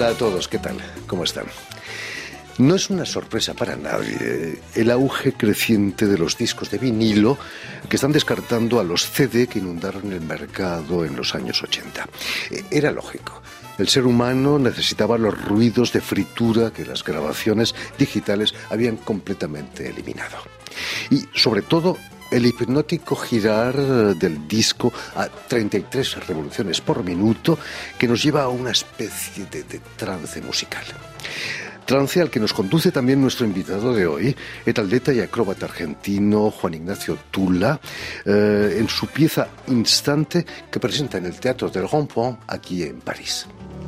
Hola a todos, ¿qué tal? ¿Cómo están? No es una sorpresa para nadie el auge creciente de los discos de vinilo que están descartando a los CD que inundaron el mercado en los años 80. Era lógico. El ser humano necesitaba los ruidos de fritura que las grabaciones digitales habían completamente eliminado. Y sobre todo el hipnótico girar del disco a 33 revoluciones por minuto que nos lleva a una especie de trance musical. Trance al que nos conduce también nuestro invitado de hoy, el atleta y acróbata argentino Juan Ignacio Tula, en su pieza Instante que presenta en el Teatro del Rond-Point aquí en París.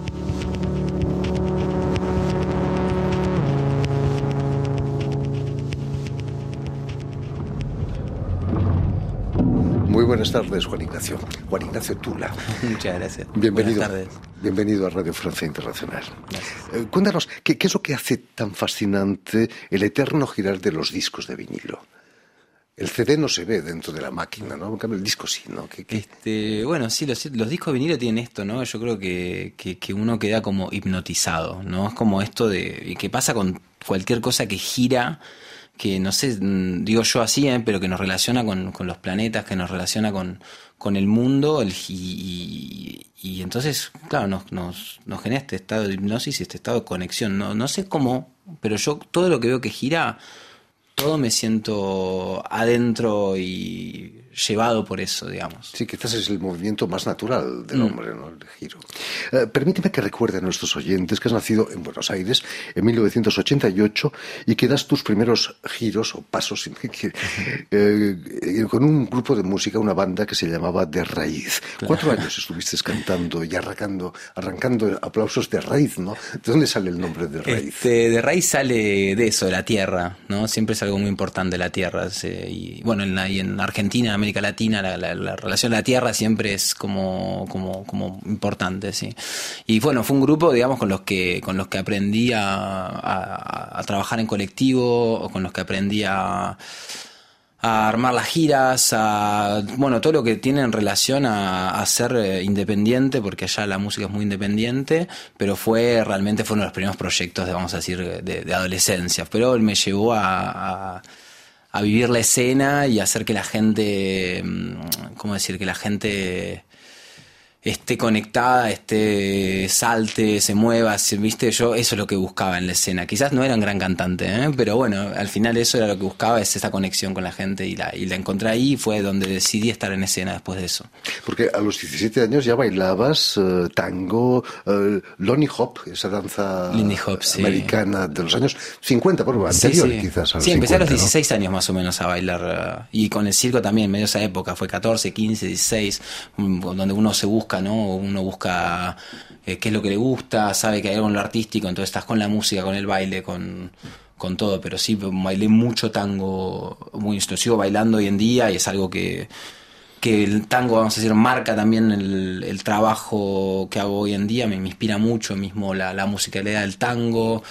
Muy buenas tardes, Juan Ignacio. Juan Ignacio Tula. Muchas gracias. Bienvenido. Buenas tardes. Bienvenido a Radio Francia Internacional. Gracias. Cuéntanos, ¿qué es lo que hace tan fascinante el eterno girar de los discos de vinilo? El CD no se ve dentro de la máquina, ¿no? En cambio el disco sí, ¿no? Bueno, sí, los discos de vinilo tienen esto, ¿no? Yo creo que uno queda como hipnotizado, ¿no? Es como esto de que pasa con cualquier cosa que gira, que no sé, digo yo así, pero que nos relaciona con los planetas, que nos relaciona con el mundo, y entonces, claro, nos genera este estado de hipnosis y este estado de conexión. No sé cómo, pero yo todo lo que veo que gira, todo me siento adentro y llevado por eso, digamos. Sí, quizás es el movimiento más natural del hombre, ¿no? El giro. Permíteme que recuerde a nuestros oyentes que has nacido en Buenos Aires en 1988 y que das tus primeros giros o pasos con un grupo de música, una banda que se llamaba De Raíz. Claro. 4 años estuviste cantando y arrancando aplausos de raíz, ¿no? ¿De dónde sale el nombre de Raíz? De Raíz sale de eso, de la tierra, ¿no? Siempre es algo muy importante la tierra. Y bueno, en Argentina, América Latina, la relación a la tierra siempre es como importante, sí. Y bueno, fue un grupo, digamos, con los que aprendí a trabajar en colectivo, con los que aprendí a armar las giras, todo lo que tiene en relación a ser independiente, porque allá la música es muy independiente, pero realmente fue uno de los primeros proyectos, vamos a decir, de adolescencia. Pero él me llevó a vivir la escena y hacer que la gente, que la gente esté conectada, salte, se mueva, ¿viste? Yo eso es lo que buscaba en la escena. Quizás no era un gran cantante, pero bueno, al final eso era lo que buscaba, es esa conexión con la gente y la encontré ahí, y fue donde decidí estar en escena después de eso. Porque a los 17 años ya bailabas tango, Lindy Hop, esa danza americana de los años 50, por anterior sí. Quizás a los 50, empecé a los 16 años más o menos a bailar, y con el circo también, medio esa época, fue 14, 15, 16, donde uno se busca, ¿no? Uno busca qué es lo que le gusta, sabe que hay algo en lo artístico, entonces estás con la música, con el baile, con todo, pero sí bailé mucho tango, lo sigo bailando hoy en día, y es algo que el tango, vamos a decir, marca también el trabajo que hago hoy en día, me inspira mucho mismo la musicalidad del tango,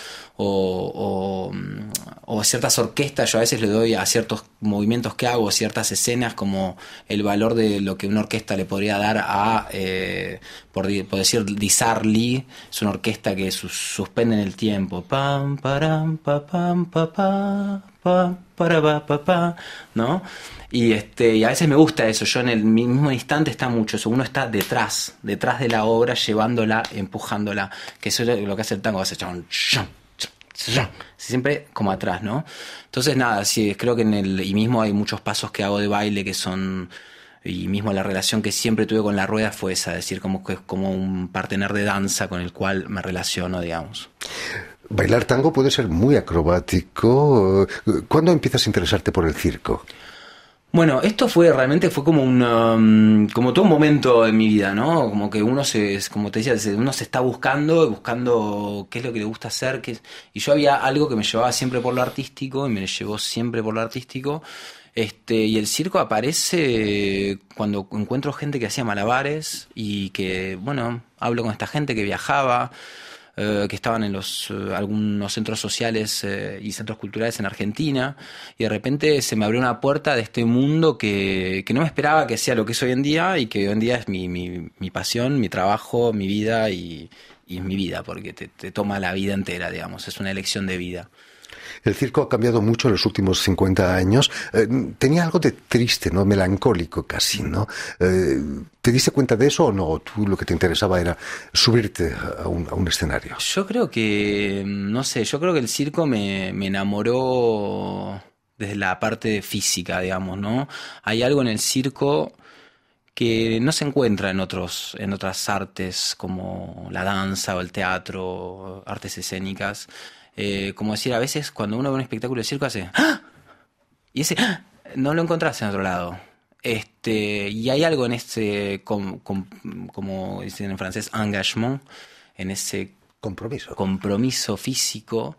o ciertas orquestas. Yo a veces le doy a ciertos movimientos que hago, ciertas escenas, como el valor de lo que una orquesta le podría dar a, por decir, Disarli, es una orquesta que suspende en el tiempo, pam, param, pa, pam, pa, pa, para, pa, ¿no? Y a veces me gusta eso. Yo en el mismo instante está mucho eso. Uno está detrás de la obra, llevándola, empujándola, que eso es lo que hace el tango, hace siempre como atrás, ¿no? Entonces nada, sí, creo que y mismo hay muchos pasos que hago de baile que son, y mismo la relación que siempre tuve con la rueda fue esa, es decir, como que es como un partener de danza con el cual me relaciono, digamos. Bailar tango puede ser muy acrobático. ¿Cuándo empiezas a interesarte por el circo? Bueno, esto realmente fue como como todo un momento en mi vida, ¿no? Como que como te decía, uno se está buscando qué es lo que le gusta hacer, y yo había algo que me llevaba siempre por lo artístico, y me llevó siempre por lo artístico, y el circo aparece cuando encuentro gente que hacía malabares, y que, bueno, hablo con esta gente que viajaba, que estaban en algunos centros sociales y centros culturales en Argentina, y de repente se me abrió una puerta de este mundo que no me esperaba que sea lo que es hoy en día, y que hoy en día es mi pasión, mi trabajo, mi vida, y es mi vida, porque te toma la vida entera, digamos, es una elección de vida. El circo ha cambiado mucho en los últimos 50 años. Tenía algo de triste, ¿no? Melancólico casi, ¿no? ¿Te diste cuenta de eso o no? ¿O tú lo que te interesaba era subirte a un escenario? Yo creo que, no sé, yo creo que el circo me enamoró desde la parte física, digamos, ¿no? Hay algo en el circo que no se encuentra en otras artes como la danza o el teatro, artes escénicas. Como decir, a veces cuando uno ve un espectáculo de circo hace ¡ah! Y ese ¡ah! No lo encontrás en otro lado. Y hay algo en como dicen en francés, engagement, en ese compromiso físico,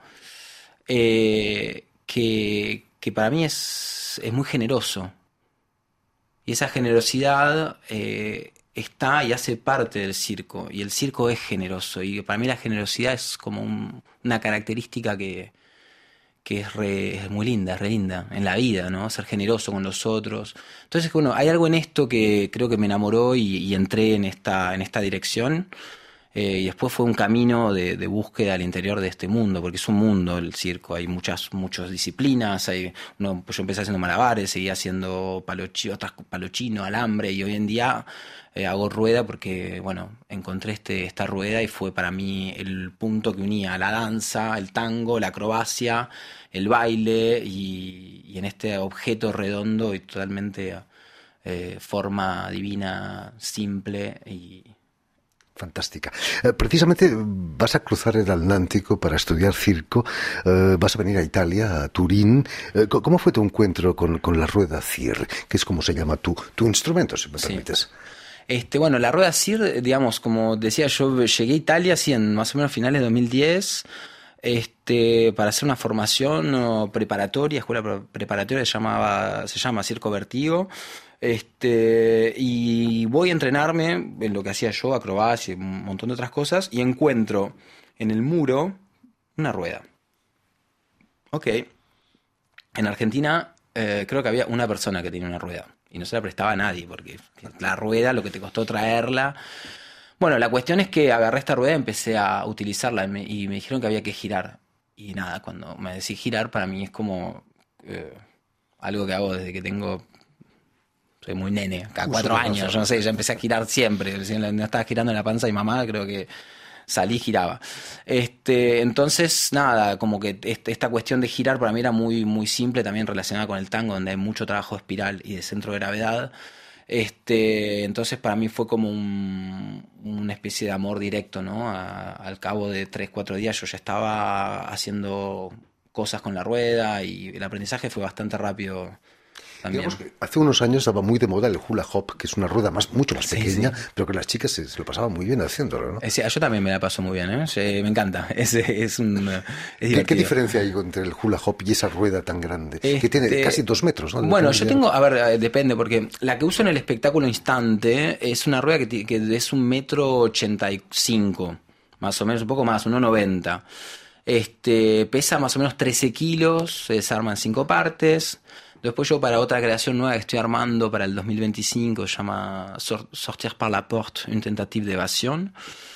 que para mí es muy generoso. Y esa generosidad está y hace parte del circo. Y el circo es generoso. Y para mí la generosidad es como una característica que es muy linda, es re linda en la vida, ¿no? Ser generoso con los otros. Entonces, bueno, hay algo en esto que creo que me enamoró y entré en esta dirección. Y después fue un camino de búsqueda al interior de este mundo, porque es un mundo el circo, hay muchas disciplinas, pues yo empecé haciendo malabares, seguía haciendo palochino, alambre, y hoy en día hago rueda porque, bueno, encontré esta rueda y fue para mí el punto que unía la danza, el tango, la acrobacia, el baile, y en este objeto redondo y totalmente forma divina, simple y... Fantástica. Precisamente vas a cruzar el Atlántico para estudiar circo, vas a venir a Italia, a Turín. ¿Cómo fue tu encuentro con la rueda CIR, que es como se llama tu instrumento, si me permites? Bueno, la rueda CIR, digamos, como decía, yo llegué a Italia así en más o menos finales de 2010, para hacer una formación preparatoria, escuela preparatoria, se llama Circo Vertigo. Y voy a entrenarme en lo que hacía yo, acrobacia y un montón de otras cosas, y encuentro en el muro una rueda. Ok. En Argentina creo que había una persona que tenía una rueda, y no se la prestaba a nadie, porque la rueda, lo que te costó traerla... Bueno, la cuestión es que agarré esta rueda y empecé a utilizarla, y me dijeron que había que girar. Y nada, cuando me decís girar, para mí es como algo que hago desde que soy muy nene, cada 4 años, yo no sé, ya empecé a girar siempre. Si no estaba girando en la panza de mi mamá, creo que salí y giraba. Entonces, nada, como que esta cuestión de girar para mí era muy, muy simple, también relacionada con el tango, donde hay mucho trabajo de espiral y de centro de gravedad. Entonces para mí fue como una especie de amor directo, ¿no? Al cabo de 3-4 días yo ya estaba haciendo cosas con la rueda y el aprendizaje fue bastante rápido. También. Digamos que hace unos años estaba muy de moda el hula hop, que es una rueda mucho más pequeña, sí. Pero que las chicas se lo pasaban muy bien haciéndolo, ¿no? Sí, yo también me la paso muy bien, ¿eh? Me encanta. Es divertido. ¿Qué diferencia hay entre el hula hop y esa rueda tan grande? Que tiene casi 2 metros, ¿no? Bueno, yo tengo, a ver, depende, porque la que uso en el espectáculo instante es una rueda que es 1,85 m, más o menos, un poco más, 1,90 m. Pesa más o menos 13 kilos, se desarma en 5 partes. Después yo para otra creación nueva que estoy armando para el 2025, se llama Sortir par la porte, une tentative d'évasion.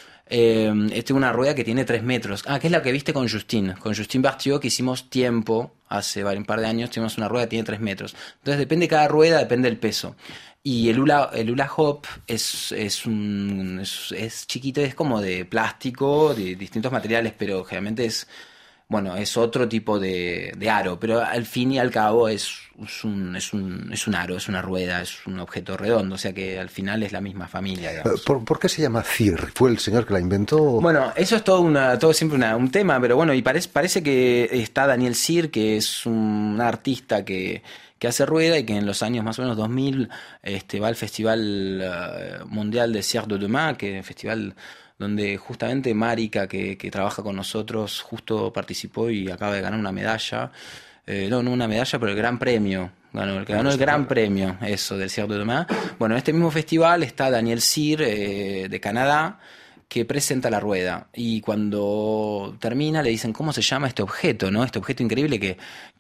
Es una rueda que tiene 3 metros. Que es la que viste con Justin Bartiot, que hicimos tiempo, hace un par de años, tuvimos una rueda que tiene 3 metros. Entonces depende de cada rueda, depende del peso. Y el hula hop es chiquito, es como de plástico, de distintos materiales, pero generalmente es otro tipo de aro, pero al fin y al cabo es un aro, es una rueda, es un objeto redondo, o sea que al final es la misma familia, digamos. ¿Por qué se llama CIR? ¿Fue el señor que la inventó? Bueno, eso es todo siempre un tema, pero bueno, y parece que está Daniel Cyr, que es un artista que hace rueda y que en los años más o menos 2000 va al Festival Mundial de Cirque de Demain, que es un festival donde justamente Marika, que trabaja con nosotros, justo participó y acaba de ganar una medalla. No una medalla, pero el Gran Premio. Ganó el Gran Premio, eso, del Cirque de Demain. Bueno, en este mismo festival está Daniel Cyr, de Canadá, que presenta la rueda. Y cuando termina le dicen cómo se llama este objeto, ¿no? Este objeto increíble que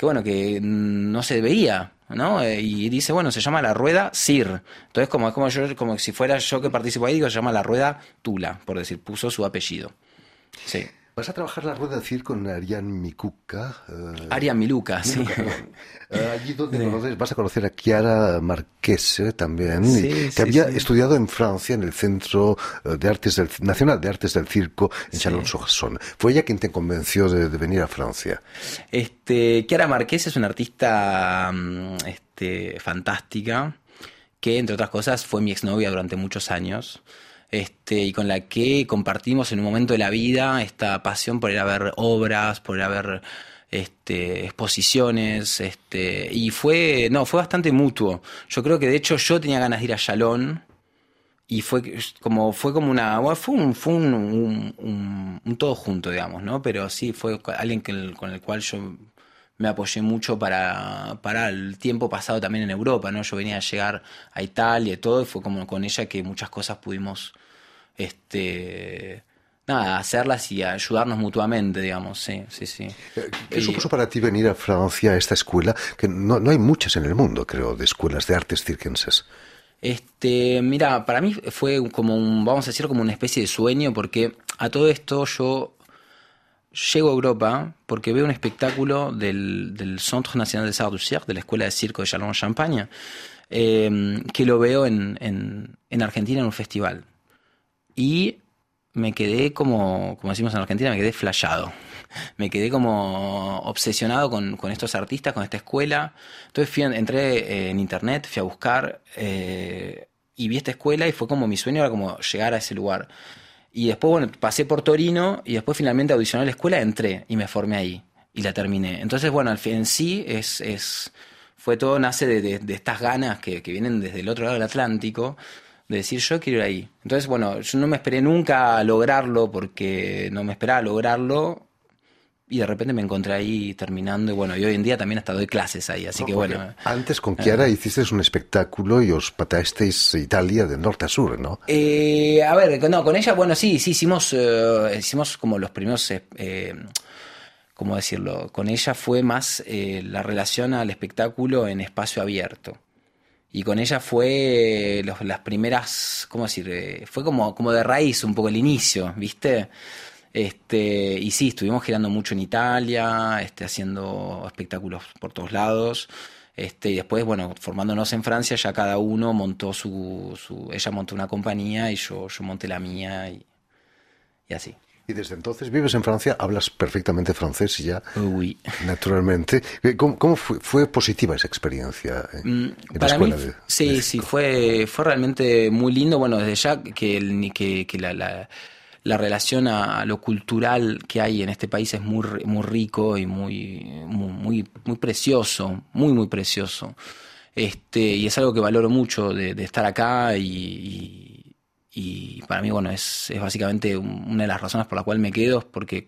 no se veía, ¿no? Y dice, bueno, se llama la rueda CIR. Entonces, como si fuera yo que participo ahí, digo, se llama la rueda Tula, por decir, puso su apellido. Sí. Vas a trabajar la rueda de circo con Ariane Mikuka. Ariane Miluka, sí. Allí donde Sí. vas a conocer a Chiara Marchese también, Sí, que sí, había sí. estudiado en Francia, en el Centro de Artes Nacional de Artes del Circo en Sí. Chalon-sur-Saône. Fue ella quien te convenció de venir a Francia. Chiara Marqués es una artista fantástica, que entre otras cosas fue mi exnovia durante muchos años, y con la que compartimos en un momento de la vida esta pasión por ir a ver obras, por ir a ver exposiciones, y fue bastante mutuo. Yo creo que de hecho yo tenía ganas de ir a Chalon. Y fue como una, bueno, fue un todo junto, digamos, ¿no? Pero sí, fue alguien con el cual yo me apoyé mucho para el tiempo pasado también en Europa, ¿no? Yo venía a llegar a Italia y todo, y fue como con ella que muchas cosas pudimos, nada, hacerlas y ayudarnos mutuamente, digamos, sí, sí, sí. ¿Qué Y supuso para ti venir a Francia, a esta escuela? Que no hay muchas en el mundo, creo, de escuelas de artes circenses. Mira, para mí fue como vamos a decir, como una especie de sueño, porque a todo esto yo llego a Europa porque veo un espectáculo del Centre National des Arts du Cirque, de la Escuela de Circo de Châlons-en-Champagne, que lo veo en Argentina en un festival. Y me quedé como decimos en Argentina, me quedé flashado. Me quedé como obsesionado con estos artistas, con esta escuela. Entonces entré en internet, fui a buscar y vi esta escuela y fue como mi sueño era como llegar a ese lugar. Y después, bueno, pasé por Torino y después finalmente audicioné a la escuela, entré y me formé ahí y la terminé. Entonces, bueno, en sí fue todo, nace de estas ganas que vienen desde el otro lado del Atlántico, de decir yo quiero ir ahí. Entonces, bueno, yo no me esperé nunca a lograrlo porque no me esperaba lograrlo y de repente me encontré ahí terminando y bueno, y hoy en día también hasta doy clases ahí, así No, que porque bueno. antes con Chiara hicisteis un espectáculo y os pateasteis Italia de norte a sur, ¿no? A ver, no, con ella, bueno, sí, hicimos como los primeros, ¿cómo decirlo? Con ella fue más la relación al espectáculo en espacio abierto. Y con ella fue las primeras, ¿cómo decir? Fue como de raíz un poco el inicio, ¿viste? Y sí, estuvimos girando mucho en Italia, haciendo espectáculos por todos lados. Y después, bueno, formándonos en Francia, ya cada uno montó ella montó una compañía y yo monté la mía y así. Y desde entonces vives en Francia, hablas perfectamente francés y ya, Uy. naturalmente. ¿Cómo fue positiva esa experiencia en la Para mí, escuela de sí, sí, circo? fue realmente muy lindo. Bueno, desde ya que la relación a lo cultural que hay en este país es muy rico y muy precioso, muy precioso. Y es algo que valoro mucho de estar acá y para mí, bueno, es básicamente una de las razones por la cual me quedo, es porque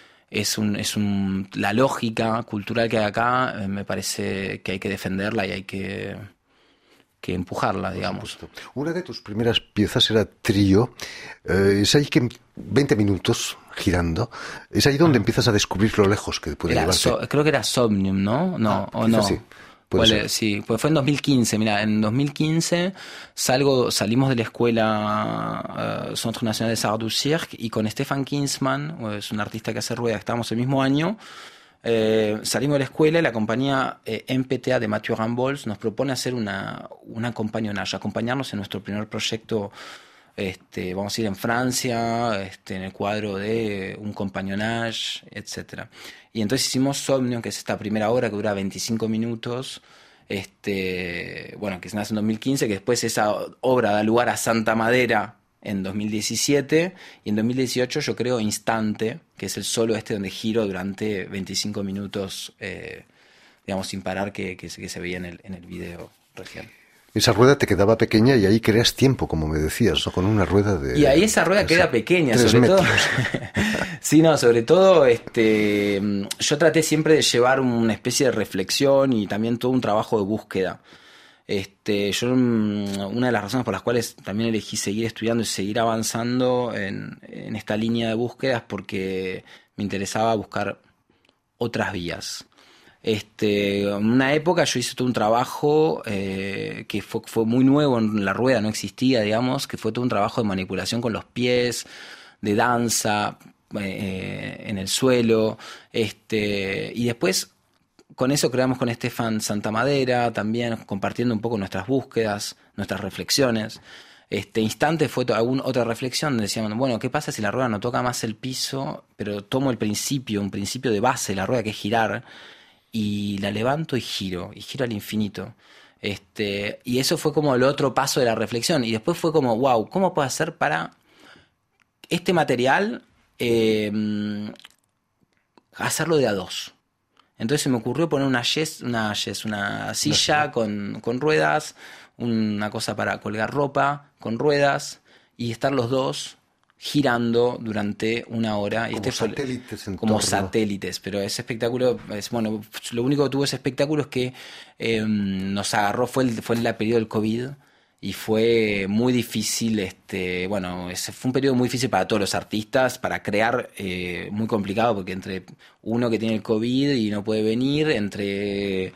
la lógica cultural que hay acá, me parece que hay que defenderla y hay que empujarla, Por digamos. supuesto. Una de tus primeras piezas era Trío. Es ahí que en 20 minutos girando, es ahí donde Ajá. empiezas a descubrir lo lejos que puede llevarte. Creo que era Somnium, ¿no? Ah, No, o quizás sí, no. puede ser. Sí, pues fue en 2015. Mira, en 2015 salimos de la escuela Centre National des Arts du Cirque y con Stefan Kinsman, es un artista que hace rueda, que estábamos el mismo año. Salimos de la escuela y la compañía MPTA de Mathieu Rambols nos propone hacer un acompañonage, acompañarnos en nuestro primer proyecto. Vamos a ir en Francia, en el cuadro de un compagnonnage, etcétera. Y entonces hicimos Somnium, que es esta primera obra que dura 25 minutos, bueno, que se nace en 2015, que después esa obra da lugar a Santa Madera en 2017, y en 2018 yo creo Instante, que es el solo donde giro durante 25 minutos, digamos, sin parar, que se veía en el video recién. Esa rueda te quedaba pequeña y ahí creas tiempo, como me decías, ¿no? Con una rueda Y ahí esa rueda de queda pequeña, 3 sobre todo. metros. Sí, no, sobre todo, yo traté siempre de llevar una especie de reflexión y también todo un trabajo de búsqueda. Una de las razones por las cuales también elegí seguir estudiando y seguir avanzando en esta línea de búsqueda es porque me interesaba buscar otras vías. En una época yo hice todo un trabajo que fue muy nuevo en la rueda, no existía, digamos, que fue todo un trabajo de manipulación con los pies, de danza, en el suelo. Y después con eso creamos con Estefan Santamadera también, compartiendo un poco nuestras búsquedas, nuestras reflexiones. Instante fue otra reflexión donde decíamos, bueno, ¿qué pasa si la rueda no toca más el piso, pero tomo un principio de base de la rueda que es girar, y la levanto y giro al infinito? Y eso fue como el otro paso de la reflexión. Y después fue como, wow, ¿cómo puedo hacer para este material hacerlo de a dos? Entonces se me ocurrió poner una silla con ruedas, una cosa para colgar ropa con ruedas, y estar los dos girando durante una hora. Como satélites en como torno. Satélites, pero ese espectáculo, bueno, lo único que tuvo ese espectáculo es que nos agarró, fue en el periodo del COVID, y fue muy difícil, bueno, ese fue un periodo muy difícil para todos los artistas, para crear, muy complicado, porque entre uno que tiene el COVID y no puede venir, entre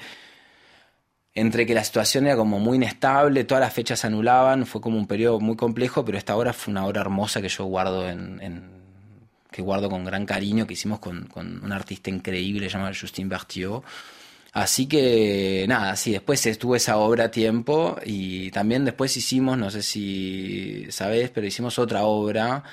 que la situación era como muy inestable, todas las fechas se anulaban, fue como un periodo muy complejo, pero esta obra fue una obra hermosa que yo guardo que guardo con gran cariño, que hicimos con un artista increíble llamado Justin Berthiaud. Así que nada, sí, después estuvo esa obra a tiempo, y también después hicimos, no sé si sabés, pero hicimos otra obra,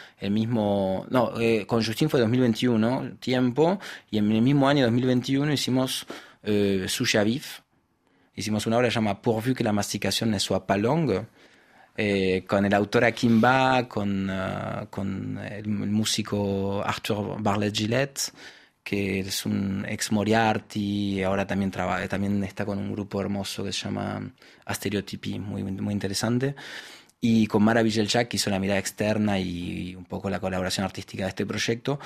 con Justin fue 2021, tiempo, y en el mismo año 2021 hicimos Sushi à Vif. Hicimos una obra que se llama Pourvu que la masticación ne soit pas longue, con el autor Akimba, con el músico Arthur Bartlett-Gillette, que es un ex Moriarty, ahora también está con un grupo hermoso que se llama Astereotypy, muy, muy interesante, y con Mara Vigelchak, que hizo la mirada externa y un poco la colaboración artística de este proyecto.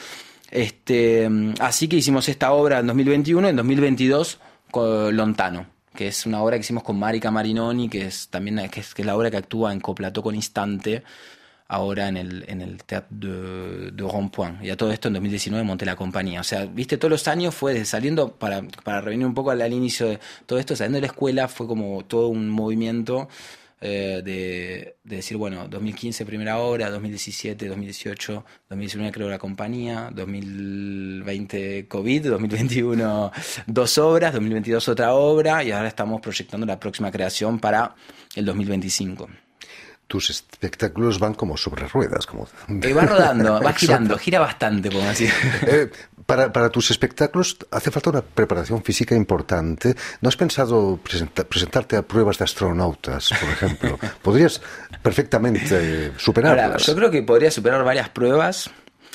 Así que hicimos esta obra en 2021, en 2022 con Lontano, que es una obra que hicimos con Marica Marinoni, que es la obra que actúa en coplató con Instante, ahora en el Théâtre de Rond-Point. Y a todo esto en 2019 monté la compañía. O sea, viste, todos los años fue saliendo, para revenir un poco al inicio de todo esto, saliendo de la escuela, fue como todo un movimiento de decir, bueno, 2015 primera obra, 2017, 2018, 2019 creo la compañía, 2020 COVID, 2021 dos obras, 2022 otra obra, y ahora estamos proyectando la próxima creación para el 2025. Tus espectáculos van como sobre ruedas. Va rodando, va girando, gira bastante, podemos decir. Para tus espectáculos hace falta una preparación física importante. ¿No has pensado presentarte a pruebas de astronautas, por ejemplo? Podrías perfectamente superarlas. Ahora, yo creo que podría superar varias pruebas.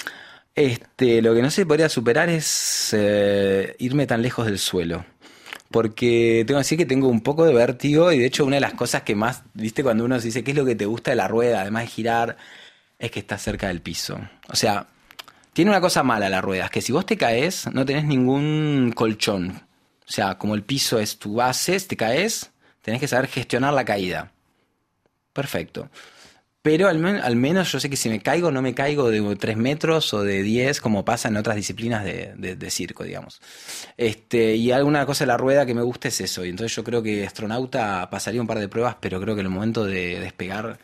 Lo que no se podría superar es irme tan lejos del suelo. Porque tengo que decir que tengo un poco de vértigo, y de hecho una de las cosas que más, viste, cuando uno se dice qué es lo que te gusta de la rueda, además de girar, es que está cerca del piso. O sea, tiene una cosa mala la rueda, es que si vos te caes, no tenés ningún colchón. O sea, como el piso es tu base, si te caes, tenés que saber gestionar la caída. Perfecto. Pero al menos yo sé que si me caigo, no me caigo de 3 metros o de 10, como pasa en otras disciplinas de circo, digamos. Y alguna cosa de la rueda que me gusta es eso. Y entonces yo creo que astronauta pasaría un par de pruebas, pero creo que en el momento de despegar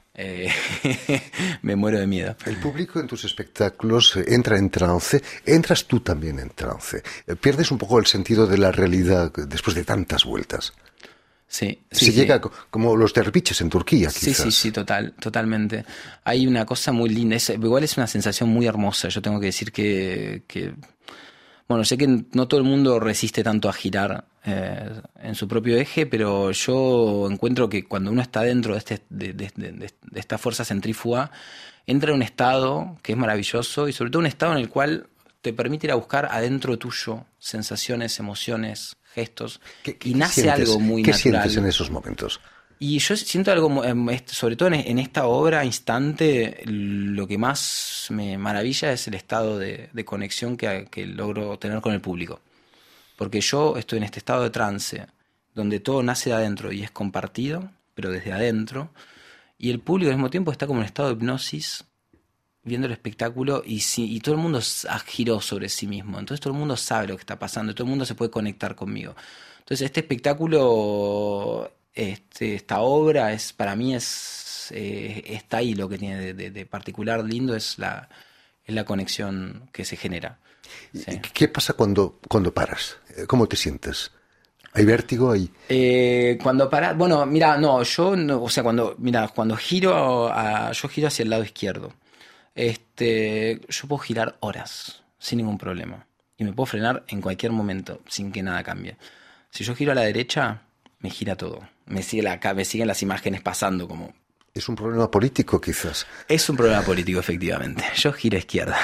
me muero de miedo. El público en tus espectáculos entra en trance. ¿Entras tú también en trance? ¿Pierdes un poco el sentido de la realidad después de tantas vueltas? Sí, se llega como los derviches en Turquía, quizás. Sí, totalmente. Hay una cosa muy linda, igual es una sensación muy hermosa. Yo tengo que decir que bueno, sé que no todo el mundo resiste tanto a girar en su propio eje, pero yo encuentro que cuando uno está dentro de esta fuerza centrífuga, entra en un estado que es maravilloso, y sobre todo un estado en el cual te permite ir a buscar adentro tuyo sensaciones, emociones, gestos, y nace algo muy natural. ¿Qué sientes en esos momentos? Y yo siento algo, sobre todo en esta obra, Instante, lo que más me maravilla es el estado de conexión que logro tener con el público. Porque yo estoy en este estado de trance, donde todo nace de adentro y es compartido, pero desde adentro, y el público al mismo tiempo está como en estado de hipnosis, viendo el espectáculo, y todo el mundo giró sobre sí mismo. Entonces todo el mundo sabe lo que está pasando, todo el mundo se puede conectar conmigo. Entonces este espectáculo, esta obra, para mí está ahí. Lo que tiene de particular lindo es es la conexión que se genera. Sí. ¿Qué pasa cuando paras? ¿Cómo te sientes? ¿Hay vértigo ahí? Cuando paras, bueno, mira, no, yo no, o sea, cuando giro, yo giro hacia el lado izquierdo. Yo puedo girar horas sin ningún problema y me puedo frenar en cualquier momento sin que nada cambie. Si yo giro a la derecha, me gira todo. Me siguen las imágenes pasando como... Es un problema político, quizás. Es un problema político, efectivamente. Yo giro a izquierda.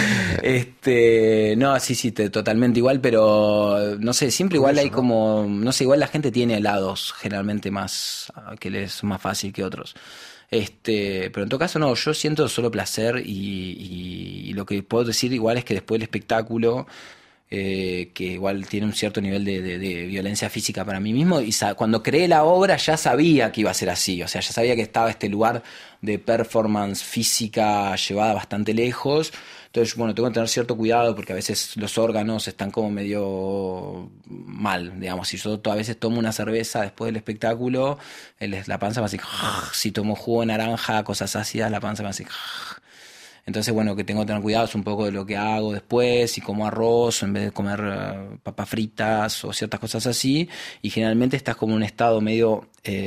No, sí, totalmente igual, pero no sé, siempre igual hay como... No sé, igual la gente tiene lados generalmente más... que les es más fácil que otros. Pero en todo caso no, yo siento solo placer y lo que puedo decir igual es que después del espectáculo... que igual tiene un cierto nivel de violencia física para mí mismo, y cuando creé la obra ya sabía que iba a ser así, o sea, ya sabía que estaba este lugar de performance física llevada bastante lejos. Entonces, bueno, tengo que tener cierto cuidado porque a veces los órganos están como medio mal, digamos. Si yo a veces tomo una cerveza después del espectáculo, la panza me hace... Si tomo jugo de naranja, cosas ácidas, la panza me hace... Entonces, bueno, que tengo que tener cuidado es un poco de lo que hago después, si como arroz en vez de comer papas fritas o ciertas cosas así, y generalmente estás como en un estado medio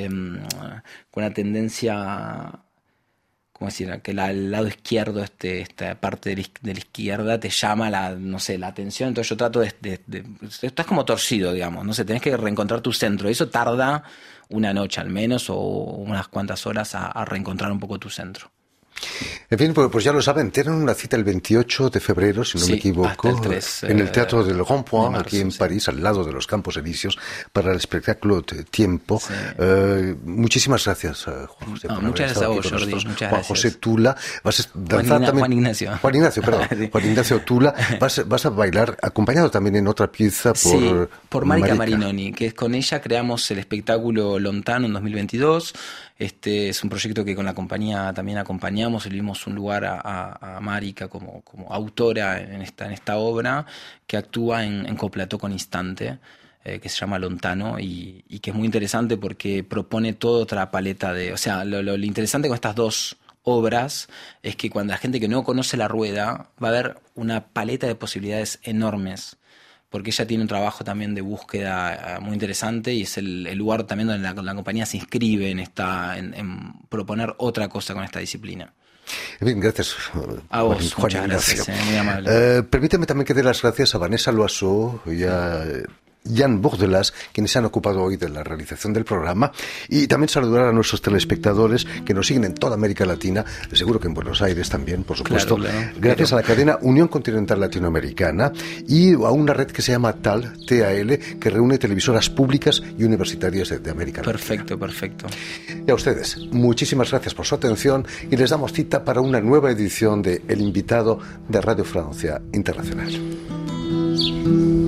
con una tendencia, ¿cómo decir? Que el lado izquierdo, esta parte de la izquierda te llama no sé, la atención, entonces yo trato estás como torcido, digamos, no sé, tenés que reencontrar tu centro, y eso tarda una noche al menos o unas cuantas horas a reencontrar un poco tu centro. En fin, pues ya lo saben, tienen una cita el 28 de febrero, si no me equivoco, hasta el 3, en el Teatro del Rond Point, marzo, aquí en París, al lado de los Campos Elíseos, para el espectáculo Tiempo. Sí. Muchísimas gracias, Juan José. Muchas gracias a vos, Jordi. Muchas Juan gracias. José Tula. Vas a danzar también. Juan Ignacio, perdón. Sí. Juan Ignacio Tula. Vas a bailar, acompañado también en otra pieza por Marica Marinoni, que con ella creamos el espectáculo Lontano en 2022. Es un proyecto que con la compañía también acompañamos, le dimos un lugar a Marica como autora en esta obra, que actúa en coplató con Instante, que se llama Lontano, y que es muy interesante porque propone toda otra paleta o sea, lo interesante con estas dos obras es que cuando la gente que no conoce la rueda va a ver una paleta de posibilidades enormes, porque ella tiene un trabajo también de búsqueda muy interesante, y es el lugar también donde la compañía se inscribe en proponer otra cosa con esta disciplina. Bien, gracias. A vos, Juan muchas Ignacio. Gracias, muy amable. Permíteme también que dé las gracias a Vanessa Loiseau y a Jan Bordelas, quienes se han ocupado hoy de la realización del programa, y también saludar a nuestros telespectadores que nos siguen en toda América Latina, seguro que en Buenos Aires también, por supuesto, gracias a la cadena Unión Continental Latinoamericana y a una red que se llama TAL, que reúne televisoras públicas y universitarias de América Latina. Perfecto. Y a ustedes, muchísimas gracias por su atención, y les damos cita para una nueva edición de El Invitado de Radio Francia Internacional.